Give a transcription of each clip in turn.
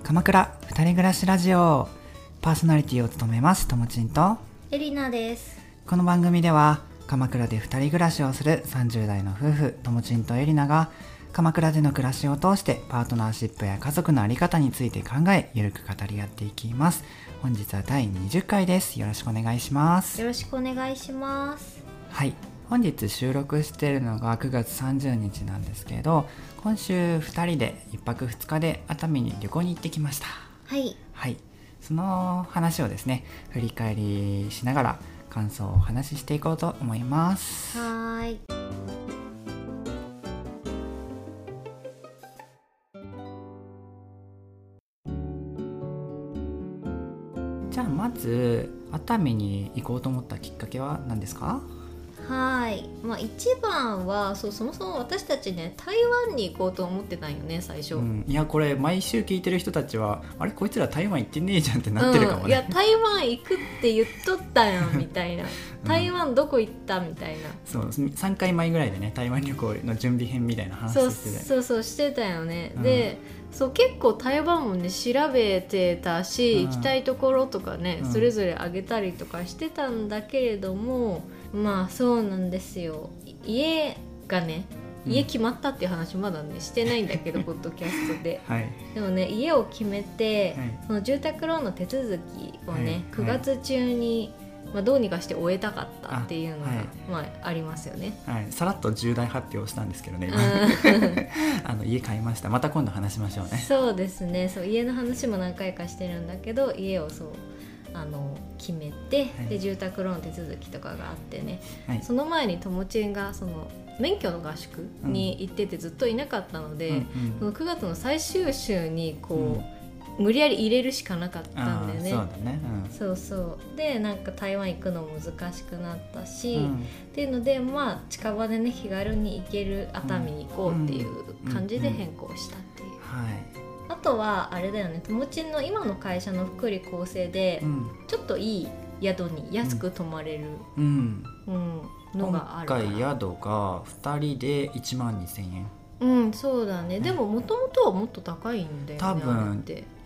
鎌倉二人暮らしラジオパーソナリティを務めますともちんとエリナです。 この番組では鎌倉で二人暮らしをする30代の夫婦ともちんとエリナが鎌倉での暮らしを通してパートナーシップや家族の在り方について考えゆるく語り合っていきます。本日は第20回です。よろしくお願いします。 よろしくお願いします。 はい、本日収録しているのが9月30日なんですけど、今週2人で1泊2日で熱海に旅行に行ってきました。 はい、 はい、その話をですね振り返りしながら感想をお話ししていこうと思います。 はーい。 じゃあまず熱海に行こうと思ったきっかけは何ですか？ はい、一番はそもそも私たちね台湾に行こうと思ってたんよね最初、 いやこれ毎週聞いてる人たちはあれこいつら台湾行ってねえじゃんってなってるかもね、 いや台湾行くって言っとったやんみたいな台湾どこ行ったみたいな、 そう3回前ぐらいでね台湾旅行の準備編みたいな話しててそうしてたよね、で結構台湾もね調べてたし、行きたいところとかね、それぞれあげたりとかしてたんだけれども、そうなんですよ。家がね家決まったっていう話まだねしてないんだけどポッドキャストで、 はい、 でもね家を決めて、 はい、 その住宅ローンの手続きをね、 はい、 9月中に、どうにかして終えたかったっていうのがはい、 ありますよね、 はい、さらっと重大発表をしたんですけどね今家買いました。また今度話しましょうね。 そうですね。家の話も何回かしてるんだけど家を決めて、 はい、 で住宅ローン手続きとかがあってね、はい、その前にともちんが免許の合宿に行っててずっといなかったので、その9月の最終週に無理やり入れるしかなかったんだよね。 そうだね、 そうでなんか台湾行くの難しくなったし、っていうので近場でね気軽に行ける熱海に行こうっていう感じで変更したっていう、あとはあれだよね、ともちんの今の会社の福利厚生で、ちょっといい宿に安く泊まれる、のがあるから、 今回宿が2人で1万2000円。 そうだね。でももともとはもっと高いんだよね。 多分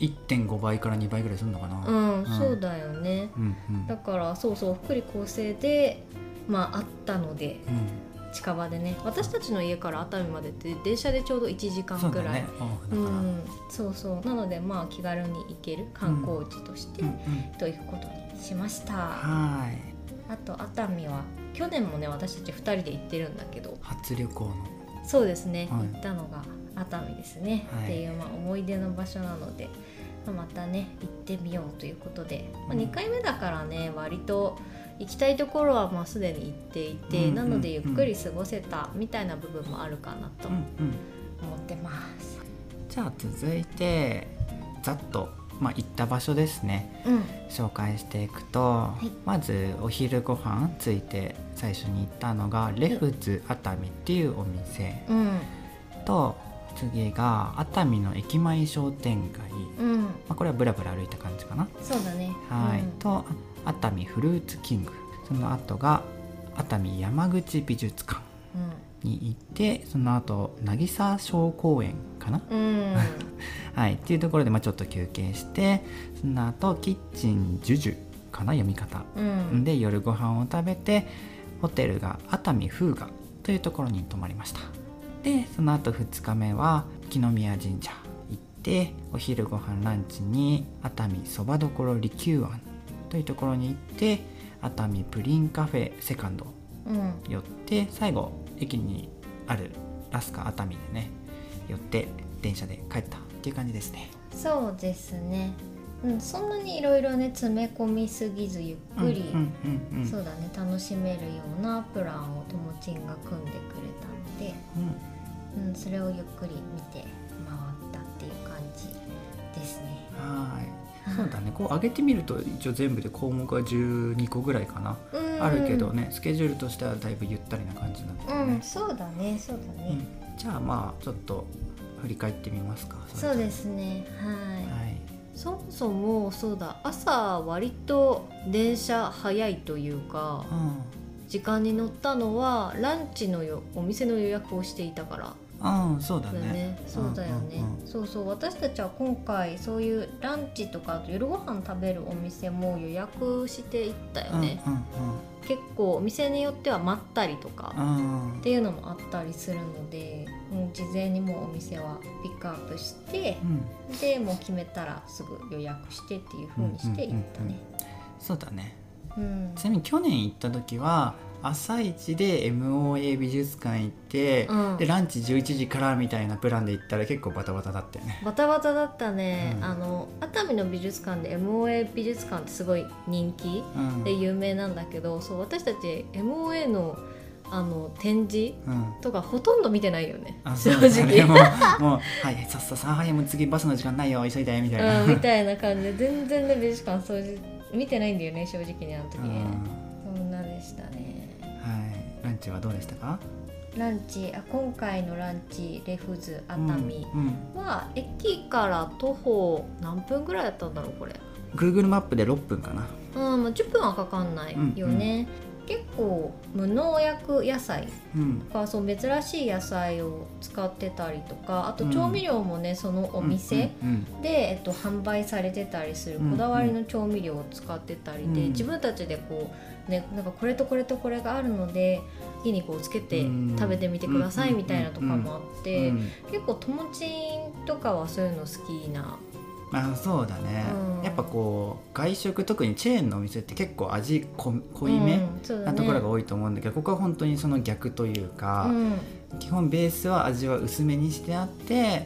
1.5 倍から2倍ぐらいするのかな。 そうだよね、だから福利厚生であったので、近場でね私たちの家から熱海までって電車でちょうど1時間くらい、そうなので気軽に行ける観光地として、ということにしました。 はい。 あと熱海は去年もね私たち2人で行ってるんだけど、 初旅行のそうですね、行ったのが熱海ですね、っていう思い出の場所なので、またね行ってみようということで、2回目だからね割と行きたいところはすでに行っていて、なのでゆっくり過ごせたみたいな部分もあるかなと思ってます。 じゃあ続いてざっと行った場所ですね、紹介していくと、まずお昼ご飯ついて最初に行ったのがレフズ熱海っていうお店、と次が熱海の駅前商店街、これはブラブラ歩いた感じかな。 そうだね、 と熱海フルーツキング、その後が熱海山口美術館に行って、その後渚小公園かな、っていうところでちょっと休憩して、その後キッチンジュジュかな読み方、で夜ご飯を食べてホテルが熱海風雅というところに泊まりました。でその後2日目は木宮神社行って、お昼ご飯ランチに熱海そばどころ利休庵というところに行って、熱海プリンカフェセカンド寄って、最後駅にあるラスカ熱海でね寄って電車で帰ったっていう感じですね。 そうですね、そんなにいろいろね詰め込みすぎずゆっくり、そうだね楽しめるようなプランをともちんが組んでくれたので、それをゆっくり見て回ったっていう感じですね。 そうだね、上げてみると一応全部で項目が12個ぐらいかな、あるけどねスケジュールとしてはだいぶゆったりな感じなんだよね。 そうだね、 じゃあちょっと振り返ってみますか。 そうですね、そもそもそうだ朝割と電車早いというか、時間に乗ったのはランチのお店の予約をしていたからそうだね。 そうだよね、そうそう、私たちは今回そういうランチとかあと夜ご飯食べるお店も予約していったよね、結構お店によっては待ったりとかっていうのもあったりするので、事前にもうお店はピックアップして、でもう決めたらすぐ予約してっていう風にしていったね。 そうだね、ちなみに去年行った時は朝一で MOA 美術館行って、でランチ11時からみたいなプランで行ったら結構バタバタだったよね。 バタバタだったね、熱海の美術館で MOA 美術館ってすごい人気で有名なんだけど、そう私たち MOA の展示とかほとんど見てないよね、正直。 もうはい、さっさはい、もう次バスの時間ないよ、急いでみたいな、 みたいな感じで全然ね美術館掃除見てないんだよね、正直にあの時ね。そんなでしたね。 はい、ランチはどうでしたか？ ランチ、今回のランチレフズ熱海は、駅から徒歩何分ぐらいだったんだろうこれ。 Google マップで6分かな。 10分はかかんないよね、結構無農薬野菜とか、そう珍しい野菜を使ってたりとか、あと調味料もね、そのお店で、販売されてたりするこだわりの調味料を使ってたりで、自分たちでこうね、なんかこれとこれとこれがあるので火にこうつけて食べてみてくださいみたいなとかもあって、結構友達とかはそういうの好きな。 そうだね、やっぱこう外食、特にチェーンのお店って結構味濃いめなところが多いと思うんだけど、ここは本当にその逆というか、基本ベースは味は薄めにしてあって、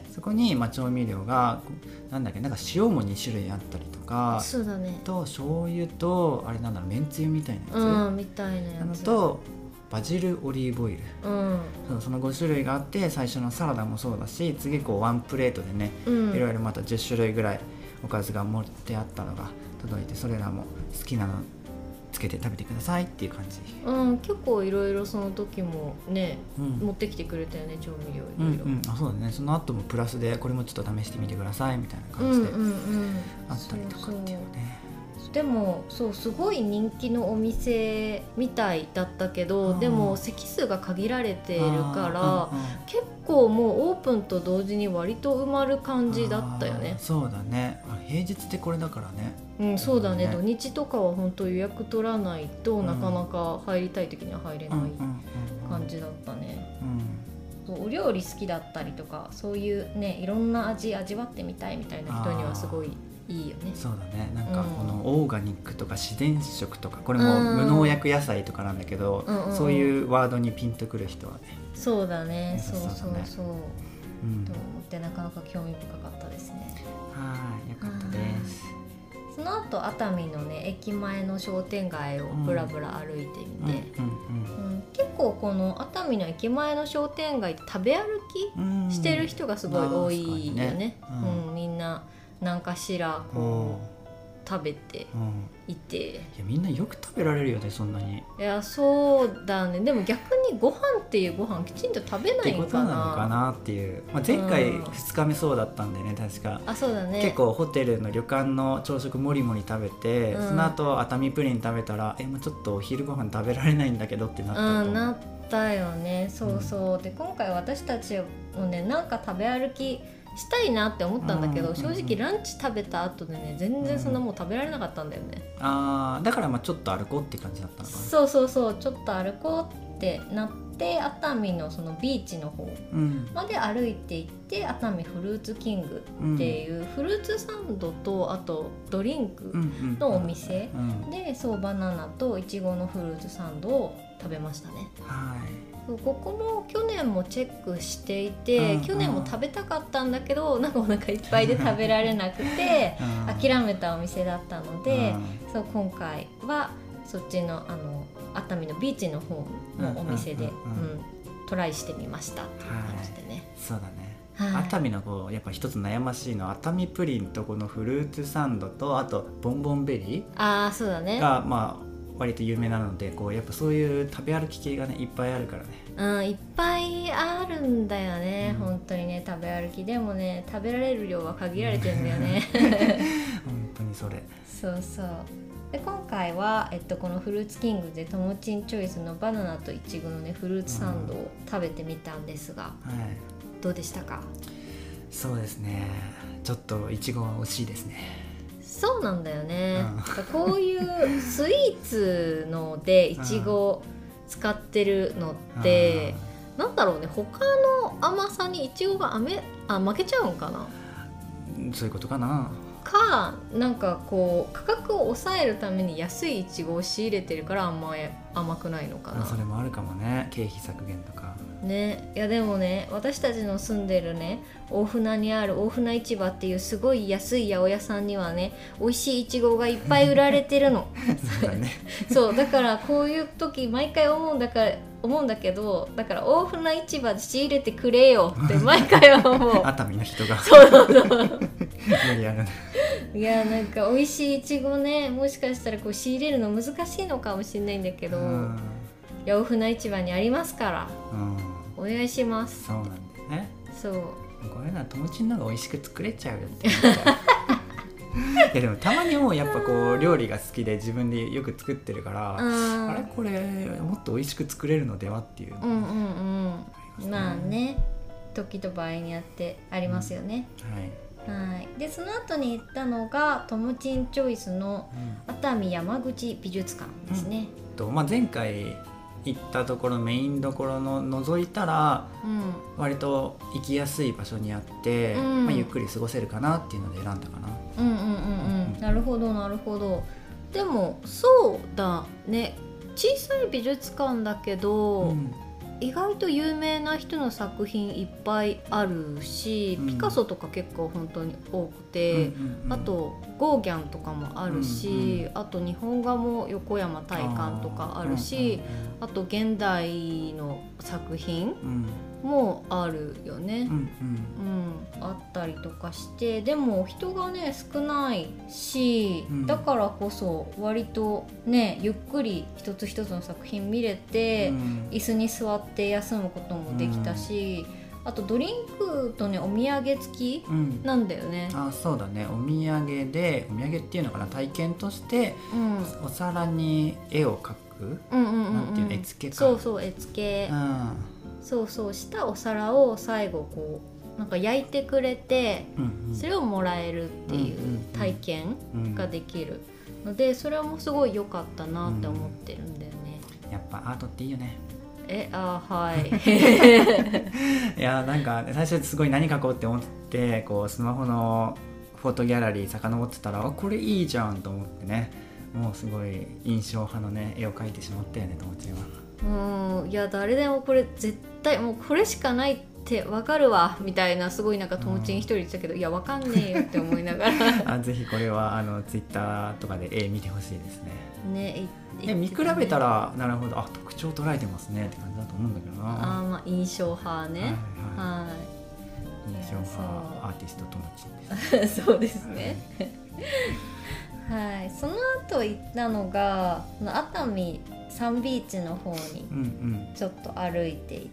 そこに調味料がなんか塩も2種類あったりとか、 そうだね、 と醤油とあれなんだろう、めんつゆみたいなやつ、 みたいなやつとバジルオリーブオイル、その5種類があって、最初のサラダもそうだし、次こうワンプレートでね、いろいろまた10種類ぐらいおかずが盛ってあったのが届いて、それらも好きなのつけて食べてくださいっていう感じ。 結構いろいろその時もね、持ってきてくれたよね、調味料いろいろ。 そうだね、その後もプラスでこれもちょっと試してみてくださいみたいな感じであったりとかっていうね。 でもそうすごい人気のお店みたいだったけど、でも席数が限られているから、結構もうオープンと同時に割と埋まる感じだったよね。 そうだね、平日ってこれだからね。 そうだね、土日とかは本当予約取らないと、なかなか入りたい時には入れない感じだったね。お料理好きだったりとか、そういうね、いろんな味味わってみたいみたいな人にはすごいいいよね。 そうだね、なんかこのオーガニックとか自然食とか、これも無農薬野菜とかなんだけど、そういうワードにピンとくる人はね。 そうだね、そうと思ってなかなか興味深かったですね。 はい、よかったです。 その後熱海のね、駅前の商店街をブラブラ歩いてみて、結構この熱海の駅前の商店街って食べ歩きしてる人がすごい多いよね。みんな何かしらこう食べていて、 いやみんなよく食べられるよね、そんなに。 いやそうだね、でも逆にご飯っていうご飯きちんと食べないのかなってことなのかなっていう、前回2日目そうだったんでね、確か。 そうだね、 結構ホテルの旅館の朝食もりもり食べて、その後熱海プリン食べたらもうちょっとお昼ご飯食べられないんだけどってなったと思う。 なったよね、そうそう。で今回私たちもね、なんか食べ歩きしたいなって思ったんだけど、正直ランチ食べた後でね、全然そんなもう食べられなかったんだよね。 だからちょっと歩こうって感じだったのかな。 そうちょっと歩こうってなって、熱海のそのビーチの方まで歩いていって、熱海フルーツキングっていうフルーツサンドとあとドリンクのお店で、そうバナナとイチゴのフルーツサンドを食べましたね。ここも去年もチェックしていて、去年も食べたかったんだけど、なんかお腹いっぱいで食べられなくて諦めたお店だったので、そう今回はそっちの熱海のビーチの方のお店でトライしてみましたっていう感じでね。 そうだね、熱海のやっぱ一つ悩ましいのは、熱海プリンとこのフルーツサンドと、あとボンボンベリーそうだねが割と有名なので、やっぱそういう食べ歩き系がねいっぱいあるからね。 いっぱいあるんだよね、本当にね。食べ歩きでもね、食べられる量は限られてるんだよね。 本当にそれ。 そうで今回は、このフルーツキングでともちんチョイスのバナナとイチゴのねフルーツサンドを食べてみたんですが、どうでしたか？ そうですね、ちょっとイチゴは惜しいですね。 そうなんだよね、こういうスイーツのでイチゴ使ってるのってなんだろうね、他の甘さにイチゴが負けちゃうんかな。 そういうことかな。 なんかこう価格を抑えるために安いイチゴを仕入れてるから甘くないのかな。 それもあるかもね、経費削減とかね。いやでもね、私たちの住んでるね大船にある大船市場っていうすごい安い八百屋さんにはね美味しいイチゴがいっぱい売られてるのそうだねそうだからこういう時毎回思うんだけど、だから大船市場で仕入れてくれよって毎回は思う熱海の人がそう無理やるね。 いやなんか美味しいイチゴね、もしかしたらこう仕入れるの難しいのかもしれないんだけど、八百船市場にありますから、お願いします。 そうなんだよね。 そうこれならともちんの方が美味しく作れちゃうよっていやでもたまにもうやっぱこう料理が好きで自分でよく作ってるから、あれこれもっと美味しく作れるのではっていう、 まあね、時と場合によってありますよね、はい。でその後に行ったのがともちんチョイスの熱海山口美術館ですね、 前回行ったところメインどころの覗いたら、割と行きやすい場所にあって、ゆっくり過ごせるかなっていうので選んだかな。 なるほどなるほど。でもそうだね、小さい美術館だけど、意外と有名な人の作品いっぱいあるし、ピカソとか結構本当に多くて、あとゴーギャンとかもあるし、あと日本画も横山大観とかあるし、あと現代の作品もあるよね、あったりとかして、でも人がね少ないし、だからこそ割とねゆっくり一つ一つの作品見れて、椅子に座って休むこともできたし、あとドリンクとねお土産付きなんだよね、 そうだね、お土産っていうのかな、体験として、お皿に絵を描く、なんていうの、絵付けか、 そう絵付け、そうしたお皿を最後こうなんか焼いてくれて、それをもらえるっていう体験ができるので、それもすごい良かったなって思ってるんだよね。 やっぱアートっていいよね。 はいいやなんか最初すごい何描こうって思って、こうスマホのフォトギャラリー遡ってたら、これいいじゃんと思ってね、もうすごい印象派のね絵を描いてしまったよね、ともちんは。 いや誰でもこれ絶対もうこれしかないってわかるわみたいな、すごいなんかともちん一人言ってたけど、いやわかんねえよって思いながらぜひこれはツイッターとかで絵見てほしいですね。見比べたらなるほど、特徴捉えてますねって感じだと思うんだけどな。 印象派ね、 印象派アーティストともちんですそうですねはい。その後行ったのが熱海サンビーチの方にちょっと歩いていって、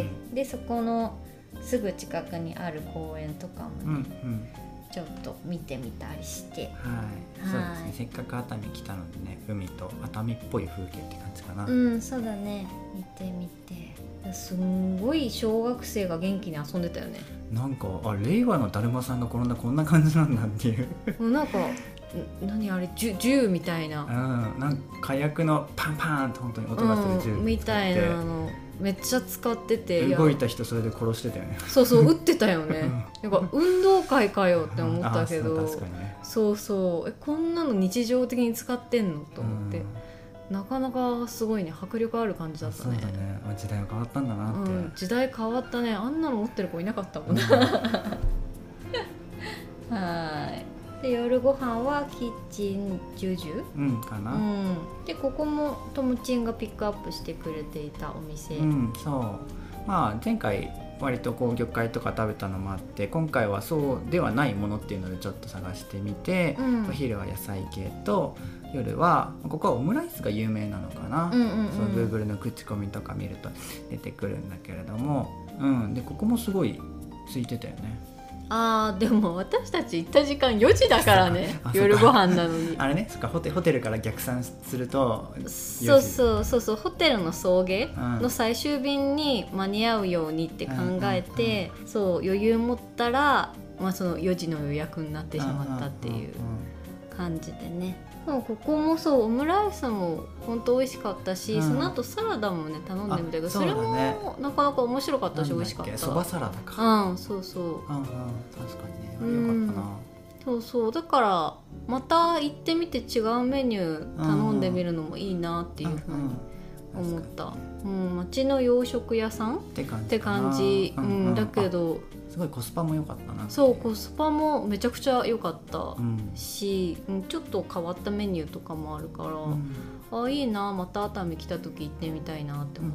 でそこのすぐ近くにある公園とかもね、ちょっと見てみたりして、 そうですね、せっかく熱海来たのでね、海と熱海っぽい風景って感じかな。 そうだね、見てみて、すんごい小学生が元気に遊んでたよね。なんか令和のだるまさんが転んだこんな感じなんだっていうなんか何あれ銃みたいな、 なんか火薬のパンパンと本当に音がする銃みたいなのめっちゃ使ってて、 動いた人それで殺してたよね。 そう撃ってたよねなんか運動会かよって思ったけど確かにね、 こんなの日常的に使ってんのと思って、なかなかすごいね、迫力ある感じだったね。 そうだね、時代は変わったんだなって、 時代変わったね、あんなの持ってる子いなかったもんなはいで夜ご飯はキッチンジュジュ、 かな、 でここもともちんがピックアップしてくれていたお店、 前回割とこう魚介とか食べたのもあって、今回はそうではないものっていうのでちょっと探してみて、お昼は野菜系と夜はここはオムライスが有名なのかな、Google の口コミとか見ると出てくるんだけれども、でここもすごい空いてたよね。 でも私たち行った時間4時だからね夜ご飯なのにあれね、そっか、ホテルから逆算するとそうホテルの送迎の最終便に間に合うようにって考えて、そう余裕持ったら、その4時の予約になってしまったっていう感じでね。ここもそう、オムライスも本当美味しかったし、その後サラダもね頼んでみたけど、それもなかなか面白かったし美味しかった。 そばサラダか。 そうそう。 確かにね、よかったな。 そうそう、だからまた行ってみて違うメニュー頼んでみるのもいいなっていうふうに思った。町の洋食屋さんって感じだけど、 すごいコスパも良かったな。 そう、コスパもめちゃくちゃ良かったし、ちょっと変わったメニューとかもあるから、いいな、また熱海来た時行ってみたいなって思った。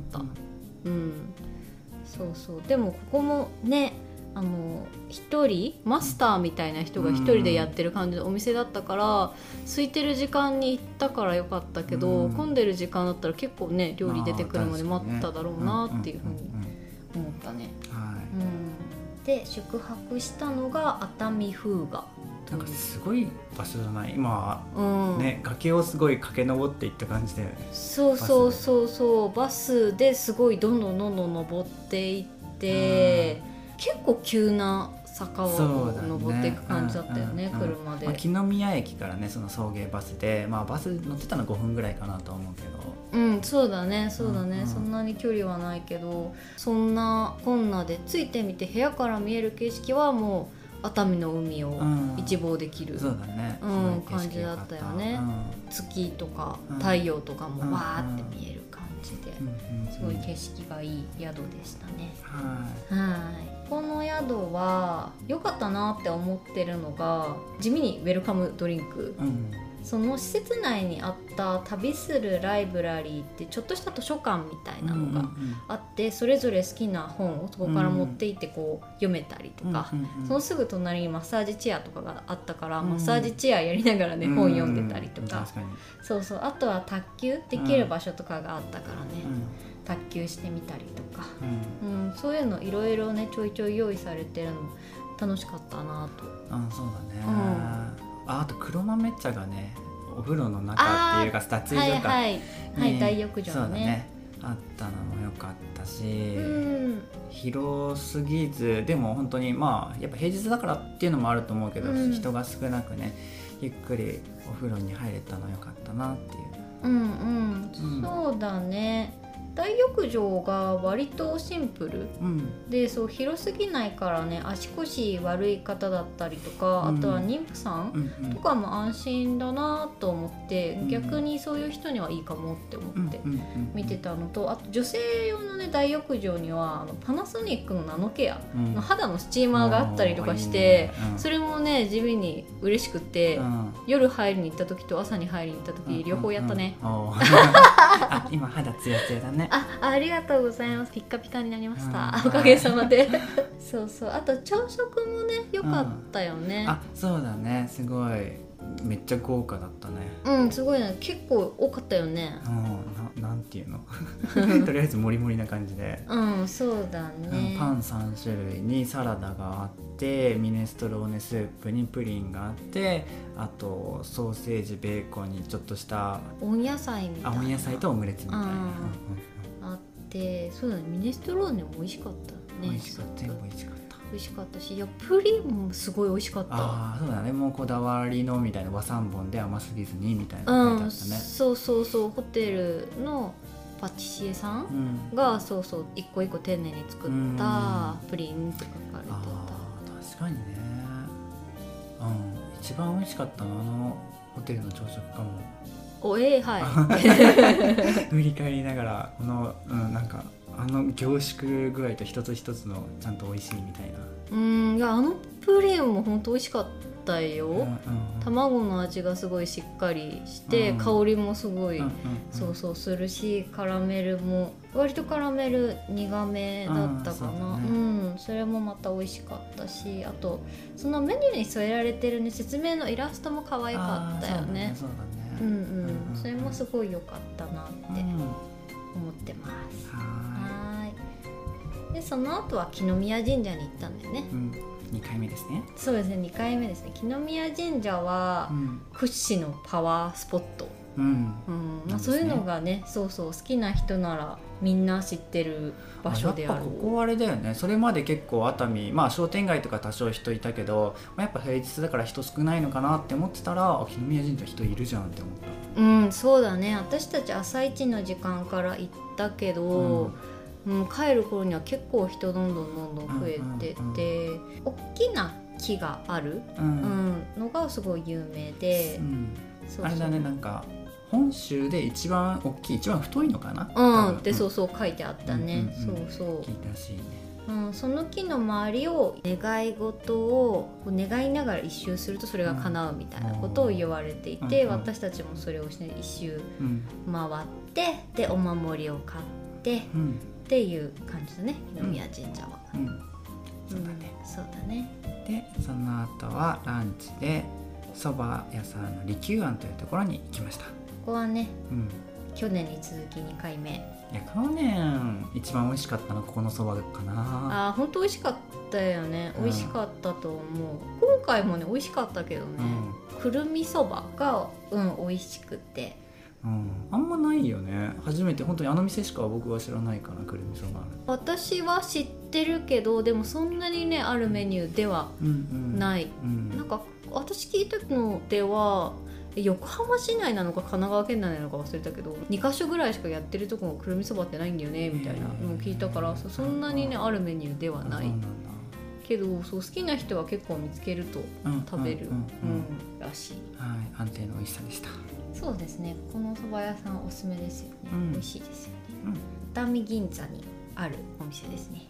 そうそう。でもここもね、一人マスターみたいな人が一人でやってる感じのお店だったから、空いてる時間に行ったからよかったけど、混んでる時間だったら結構ね料理出てくるまで待っただろうなっていうふうに思ったね。で宿泊したのが熱海風雅。 なんかすごい場所じゃない？今ね、崖をすごい駆け上っていった感じで。 そうバスですごいどんどん登っていって、結構急な坂を登っていく感じだったよね、車で。 来宮駅からね、その送迎バスで、バス乗ってたの5分ぐらいかなと思うけど。 そうだね、そんなに距離はないけど、そんなこんなで着いてみて、部屋から見える景色はもう熱海の海を一望できる、感じだったよね。月とか太陽とかもわーって見える感じで、すごい景色がいい宿でしたね。この宿は良かったなって思ってるのが、地味にウェルカムドリンク、その施設内にあった旅するライブラリーってちょっとした図書館みたいなのがあって、それぞれ好きな本をそこから持っていってこう読めたりとか、そのすぐ隣にマッサージチェアとかがあったから、マッサージチェアやりながらね本読んでたりとか、そうそう、あとは卓球できる場所とかがあったからね、卓球してみたりとか、そういうのいろいろねちょいちょい用意されてるの楽しかったなと。 そうだね。あと黒豆茶がね、お風呂の中っていうか脱衣所か、 大浴場のねあったのも良かったし、広すぎず、でも本当にやっぱ平日だからっていうのもあると思うけど、人が少なくね、ゆっくりお風呂に入れたの良かったなっていう。 そうだね。大浴場が割とシンプル、で、そう広すぎないからね、足腰悪い方だったりとか、あとは妊婦さんとかも安心だなと思って、逆にそういう人にはいいかもって思って見てたのと、あと女性用のね大浴場にはパナソニックのナノケアの肌のスチーマーがあったりとかして、それもね地味に嬉しくて、夜入りに行った時と朝に入りに行った時両方やったね。 今肌ツヤツヤだね。 ありがとうございます。ピッカピカになりました、おかげさまで。そうそう、あと朝食もね良かったよね。 そうだね、すごいめっちゃ豪華だったね。 すごいね、結構多かったよね。 なんていうのとりあえずモリモリな感じで。 そうだね。 パン3種類にサラダがあって、ミネストローネスープにプリンがあって、あとソーセージベーコンにちょっとした温野菜みたいな、 温野菜とオムレツみたいなあって、そうだね、ミネストローネも美味しかったね。 美味しかった、全部美味しかった。 美味しかったし、いやプリンもすごい美味しかった。 そうだね、もうこだわりのみたいな、和三本で甘すぎずにみたいなの書いてあったね。そうホテルのパティシエさんが、一個一個丁寧に作ったプリンって書かれてた。 確かにね。一番美味しかったのはホテルの朝食かも。振り返りながら、この、なんか凝縮具合と一つ一つのちゃんと美味しいみたいな。 いや、プリンも本当美味しかったよ。卵の味がすごいしっかりして、香りもすごいするし、カラメルも割とカラメル苦めだったかな。それもまた美味しかったし、あとそのメニューに添えられてるね説明のイラストも可愛かったよね。それもすごい良かったなって思ってます。でその後は來宮神社に行ったんだよね。 2回目ですね。 そうですね、2回目ですね。木宮神社は屈指のパワースポット、そういうのがね、そうそう好きな人ならみんな知ってる場所である。 やっぱここあれだよね、それまで結構熱海、商店街とか多少人いたけど、やっぱ平日だから人少ないのかなって思ってたら、木宮神社人いるじゃんって思った。 そうだね、私たち朝一の時間から行ったけど、帰る頃には結構人どんどん増えてて、大きな木がある、のがすごい有名で、 あれだね、なんか本州で一番大きい、一番太いのかな、 ってそうそう書いてあったね。そうそう聞いたらしいね。 その木の周りを願い事を願いながら一周するとそれが叶うみたいなことを言われていて、私たちもそれをして一周回って、でお守りを買って、っていう感じだね、木宮神社は。 そうだね。 そうだね。 でその後はランチで蕎麦屋さんの利休庵というところに行きました。 ここはね、去年に続き2回目。 いや、去年一番美味しかったのはここの蕎麦かな。 本当美味しかったよね。美味しかったと思う。今回もね美味しかったけどね、くるみ蕎麦が美味しくて、 あんまないよね。初めて、本当にあの店しか僕は知らないから、くるみそば。 私は知ってるけど、でもそんなにねあるメニューではない、なんか私聞いたのでは横浜市内なのか神奈川県内なのか忘れたけど、2カ所ぐらいしかやってるとこもくるみそばってないんだよねみたいなのを聞いたから、そんなにねあるメニューではないけど、そう好きな人は結構見つけると食べるらしい。 安定の美味しさでした。 そうですね、この蕎麦屋さんおすすめですよね。美味しいですよね。熱海銀座にあるお店ですね。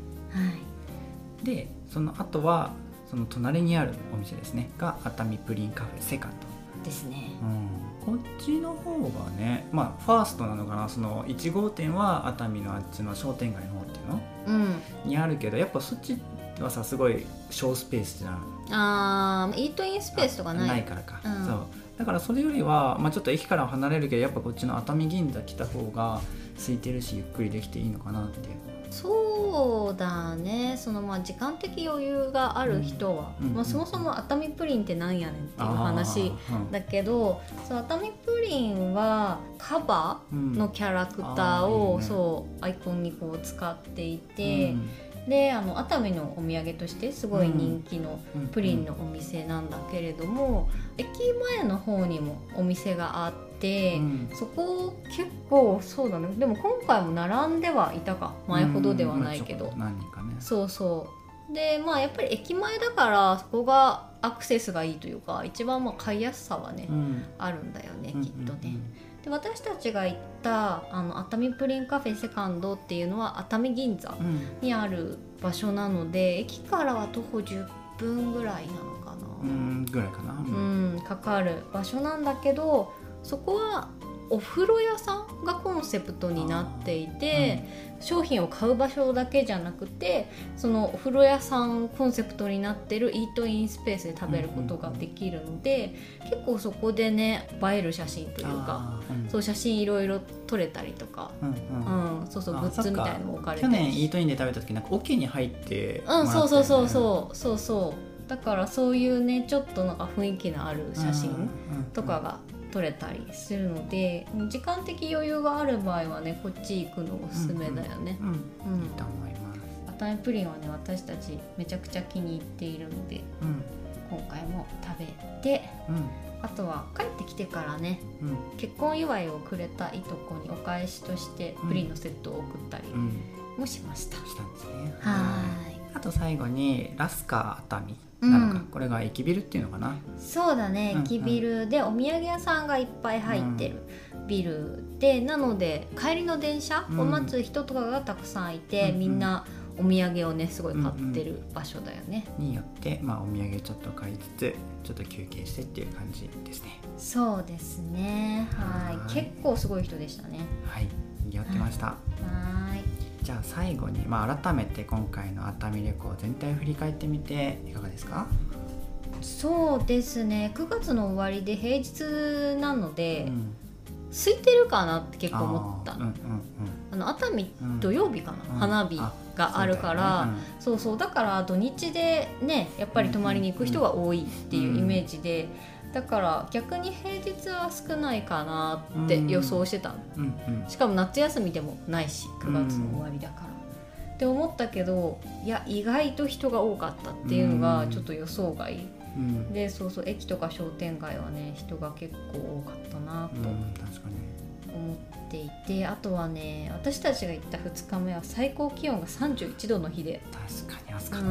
でその後はその隣にあるお店ですねが熱海プリンカフェセカンドですね。 こっちの方がね、ファーストなのかな。その1号店は熱海のあっちの商店街の方っていうの、にあるけど、やっぱそっちはさすごい小スペースじゃん。 イートインスペースとかないからか、そうだからそれよりは、ちょっと駅から離れるけど、やっぱこっちの熱海銀座来た方が空いてるしゆっくりできていいのかなっていう。 そうだね、その時間的余裕がある人は、そもそも熱海プリンってなんやねんっていう話だけど、そう熱海プリンはカバのキャラクターを、そうアイコンにこう使っていて、で熱海のお土産としてすごい人気のプリンのお店なんだけれども、駅前の方にもお店があって、そこ結構そうだね、でも今回も並んではいたか、前ほどではないけど、 何人かね。 そうそうで、やっぱり駅前だからそこがアクセスがいいというか、一番買いやすさはね、あるんだよね、きっとね。で私たちが行った熱海プリンカフェセカンドっていうのは熱海銀座にある場所なので、駅からは徒歩10分ぐらいなのかな、 ぐらいかな、 かかる場所なんだけど、そこはお風呂屋さんがコンセプトになっていて、商品を買う場所だけじゃなくて、そのお風呂屋さんコンセプトになってるイートインスペースで食べることができるので、結構そこでね映える写真というか、そう写真いろいろ撮れたりとか、そうそうグッズみたいなのも置かれてるし、 去年イートインで食べた時なんか桶に入ってもらったよね。そうだからそういうねちょっとなんか雰囲気のある写真とかが撮れたりするので、時間的余裕がある場合はねこっち行くのおすすめだよね。いいと思います。 熱海プリンはね私たちめちゃくちゃ気に入っているので、今回も食べて、あとは帰ってきてからね、結婚祝いをくれたいとこにお返しとしてプリンのセットを送ったりもしました。 したんですね。 あと最後にラスカ熱海なのか、これが駅ビルっていうのかな。 そうだね、駅ビルでお土産屋さんがいっぱい入ってるビルで、なので帰りの電車を待つ人とかがたくさんいて、みんなお土産をねすごい買ってる場所だよね。 によって、お土産ちょっと買いつつちょっと休憩してっていう感じですね。 そうですね、結構すごい人でしたね。 賑わってました。じゃあ最後に、改めて今回の熱海旅行全体を振り返ってみていかがですか？ そうですね、9月の終わりで平日なので、空いてるかなって結構思った。 熱海土曜日かな、花火があるから、そうそう、だから土日でねやっぱり泊まりに行く人が多いっていうイメージで、だから逆に平日は少ないかなって予想してたの、しかも夏休みでもないし9月の終わりだから、って思ったけど、いや意外と人が多かったっていうのがちょっと予想外、でそうそう、駅とか商店街はね人が結構多かったなと思っていて、あとはね私たちが行った2日目は最高気温が31度の日で、 確かに暑かった、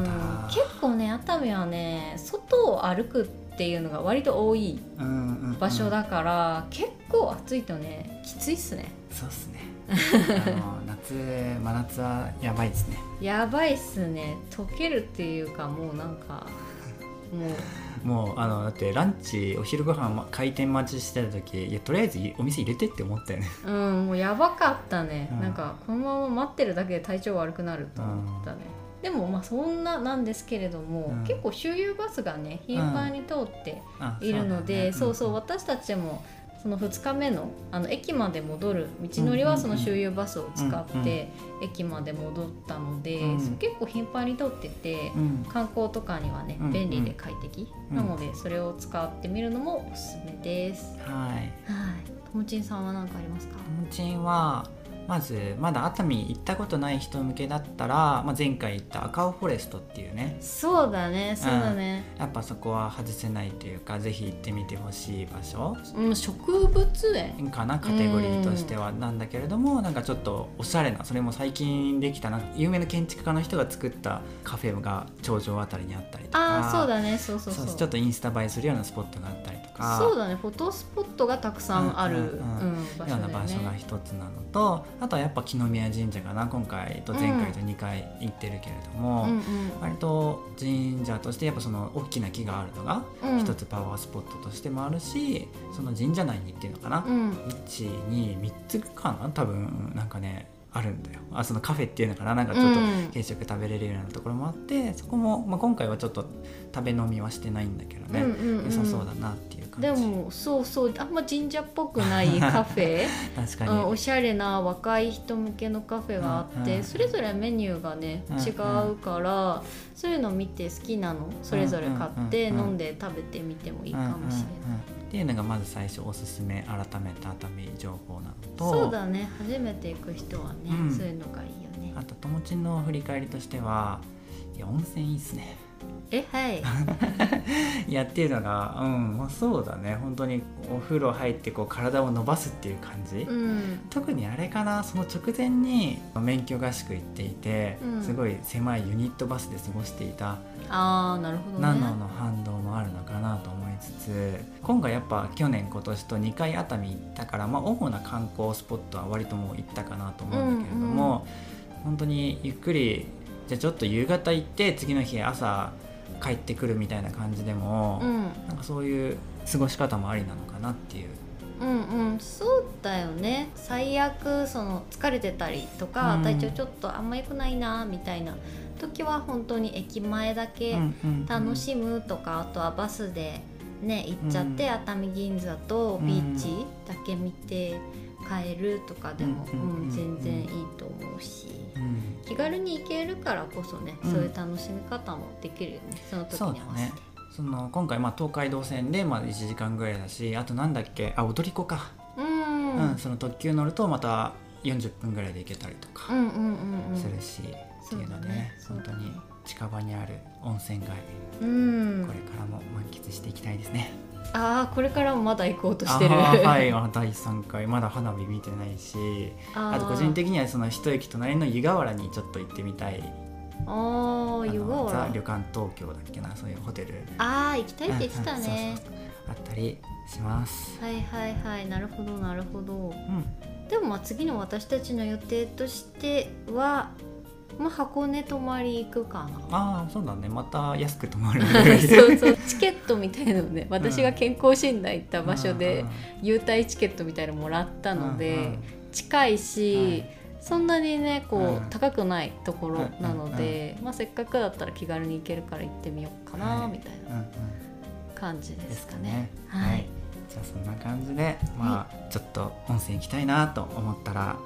結構ね熱海はね外を歩くっていうのが割と多い場所だから、結構暑いとねきついっすね。 そうっすね真夏はやばいですね。 やばいっすね。溶けるっていうか、もうなんかもうだってランチお昼ご飯開店待ちしてた時、いやとりあえずお店入れてって思ったよね。 もうやばかったね、なんかこのまま待ってるだけで体調悪くなると思ったね、でもまあそんななんですけれども、結構周遊バスがね頻繁に通っているので、そうそう、私たちもその2日目の駅まで戻る道のりはその周遊バスを使って駅まで戻ったので、結構頻繁に通ってて、観光とかにはね便利で快適なので、それを使ってみるのもおすすめです。はい。ともちんさんは何かありますか？ともちんはまずまだ熱海行ったことない人向けだったら、前回行った赤尾フォレストっていうね、 そうだね、 やっぱそこは外せないというか、ぜひ行ってみてほしい場所、 植物園かな、カテゴリーとしてはなんだけれども、なんかちょっとおしゃれな、それも最近できた有名な建築家の人が作ったカフェが頂上あたりにあったりとか、 そうだね、そうちょっとインスタ映えするようなスポットがあったりとか、 そうだね、フォトスポットがたくさんある場所だよね。 ような場所が一つなのと、あとはやっぱ來宮神社かな、今回と前回と2回行ってるけれども、割と神社としてやっぱその大きな木があるのが一つパワースポットとしてもあるし、その神社内にっていうのかな、1、2、3つかな、多分なんかねあるんだよ。そのカフェっていうのかな、なんかちょっと軽食食べれるようなところもあって、そこも、今回はちょっと食べ飲みはしてないんだけどね、良さそうだなっていう感じ。 でもそうあんま神社っぽくないカフェ確かにおしゃれな若い人向けのカフェがあって、それぞれメニューがね違うから、そういうの見て好きなのそれぞれ買って飲んで食べてみてもいいかもしれない、 っていうのがまず最初おすすめ、改めて熱海情報なのと、 そうだね、初めて行く人はね、そういうのがいいよね。 あとともちんの振り返りとしては、いや温泉いいっすね。 はいいやっていうのが、そうだね、本当にお風呂入ってこう体を伸ばすっていう感じ、特にあれかな、その直前に免許合宿行っていて、すごい狭いユニットバスで過ごしていた、 なるほどね、 なのの反動もあるのかなと思いつつ、今回やっぱ去年今年と2回熱海行ったから、主な観光スポットは割ともう行ったかなと思うんだけれども、本当にゆっくり、じゃあちょっと夕方行って次の日朝帰ってくるみたいな感じでも、なんかそういう過ごし方もありなのかなっていう。 そうだよね。最悪その疲れてたりとか、体調ちょっとあんま良くないなみたいな時は本当に駅前だけ楽しむとか、あとはバスでね行っちゃって、熱海銀座とビーチだけ見て帰るとかでも全然いいと思うし、気軽に行けるからこそね、そういう楽しみ方もできるよね、その時に合わせて。 その今回東海道線で1時間ぐらいだし、あとなんだっけ、踊り子か、その特急乗るとまた40分ぐらいで行けたりとかするし、っていうのでね、本当に近場にある温泉街、これからも満喫していきたいですね。 これからもまだ行こうとしてる。 はい、第3回まだ花火見てないし、あと個人的にはその一駅隣の湯河原にちょっと行ってみたい。 湯河原、 ザ・旅館東京だっけな、そういうホテル行きたいって言ってたね。 あったりします。 なるほどなるほど、でも次の私たちの予定としては、箱根泊まり行くかな。 そうだね、また安く泊まるそうチケットみたいなのね、私が健康診断行った場所で優待チケットみたいなのもらったので、近いし、そんなにね高くないところなので、せっかくだったら気軽に行けるから行ってみようかな、みたいな感じですかね。 じゃあそんな感じで、ちょっと温泉行きたいなと思ったら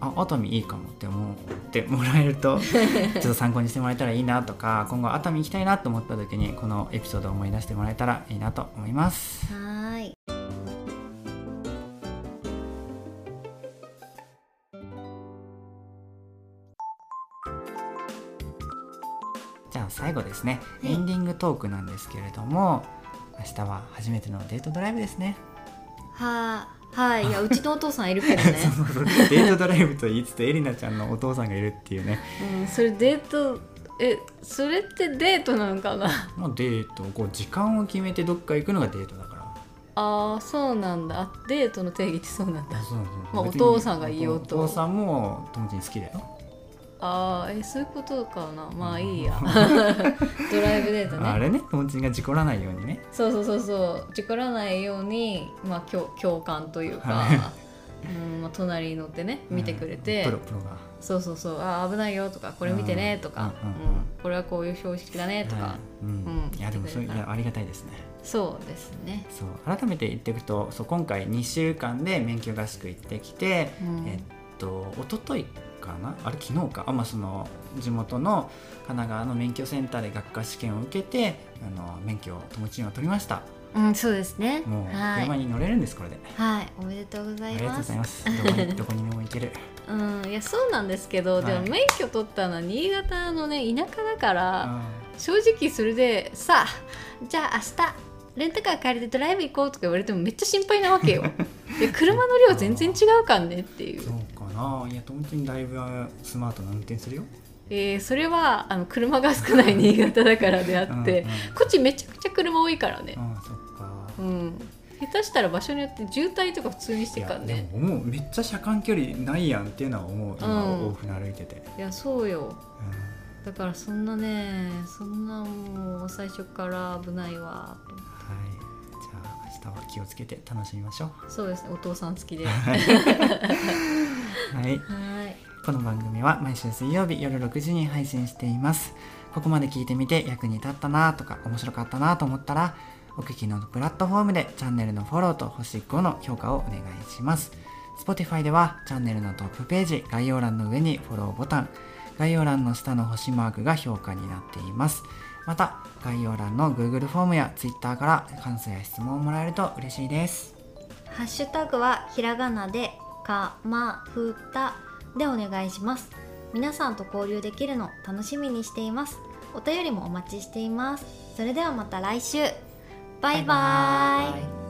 熱海いいかもって思ってもらえるとちょっと参考にしてもらえたらいいなとか、今後熱海行きたいなと思った時にこのエピソードを思い出してもらえたらいいなと思います。 はい。 じゃあ最後ですね、エンディングトークなんですけれども、明日は初めてのデートドライブですね。 はい、いやうちのお父さんいるけどねそうデートドライブと言いつつエリナちゃんのお父さんがいるっていうね、 それデート、それってデートなのかな。 まあ、デート、こう時間を決めてどっか行くのがデートだから。 ああ、そうなんだ。デートの定義ってそうなんだ。 そうまあ、お父さんが言おうと。 お父さんも友達に好きだよ。 そういうことかな。まあいいやドライブデートね。 あれね、友達が事故らないようにね。 そう事故らないように、まあ、共感というか、まあ、隣に乗ってね見てくれて、 プロがそう危ないよとか、これ見てねとか、これはこういう標識だねとか、 いやでもいやありがたいですね。 そうですね。 そう改めて言っていくと、今回2週間で免許合宿行ってきて、一昨日かな、あれ昨日か、その地元の神奈川の免許センターで学科試験を受けて免許を友達には取りました。 そうですね。 もう車に乗れるんです、これで。 はい、おめでとうございます。 ありがとうございます。どこにでも行けるいやそうなんですけど、でも免許取ったのは新潟のね田舎だから、正直それでさ、じゃあ明日レンタカー借りてドライブ行こうとか言われてもめっちゃ心配なわけよで車の量全然違うかんねっていう。 そうかな。いや友達にだいぶスマートな運転するよ。 それは車が少ない新潟だからであってこっちめちゃくちゃ車多いからね。 そっか。 下手したら場所によって渋滞とか普通にしてるからね。 でももうめっちゃ車間距離ないやんっていうのは思う、今大船歩いてて。 いやそうよ、だからそんなもう最初から危ないわと。 じゃあ明日は気をつけて楽しみましょう。 そうですね、お父さん好きでこの番組は毎週水曜日夜6時に配信しています。ここまで聞いてみて役に立ったなとか面白かったなと思ったら、お聞きのプラットフォームでチャンネルのフォローと星5の評価をお願いします。 Spotify ではチャンネルのトップページ概要欄の上にフォローボタン、概要欄の下の星マークが評価になっています。また概要欄の Google フォームや Twitter から感想や質問をもらえると嬉しいです。 ハッシュタグはひらがなでかまふたでお願いします。皆さんと交流できるの楽しみにしています。お便りもお待ちしています。それではまた来週。バイバイ。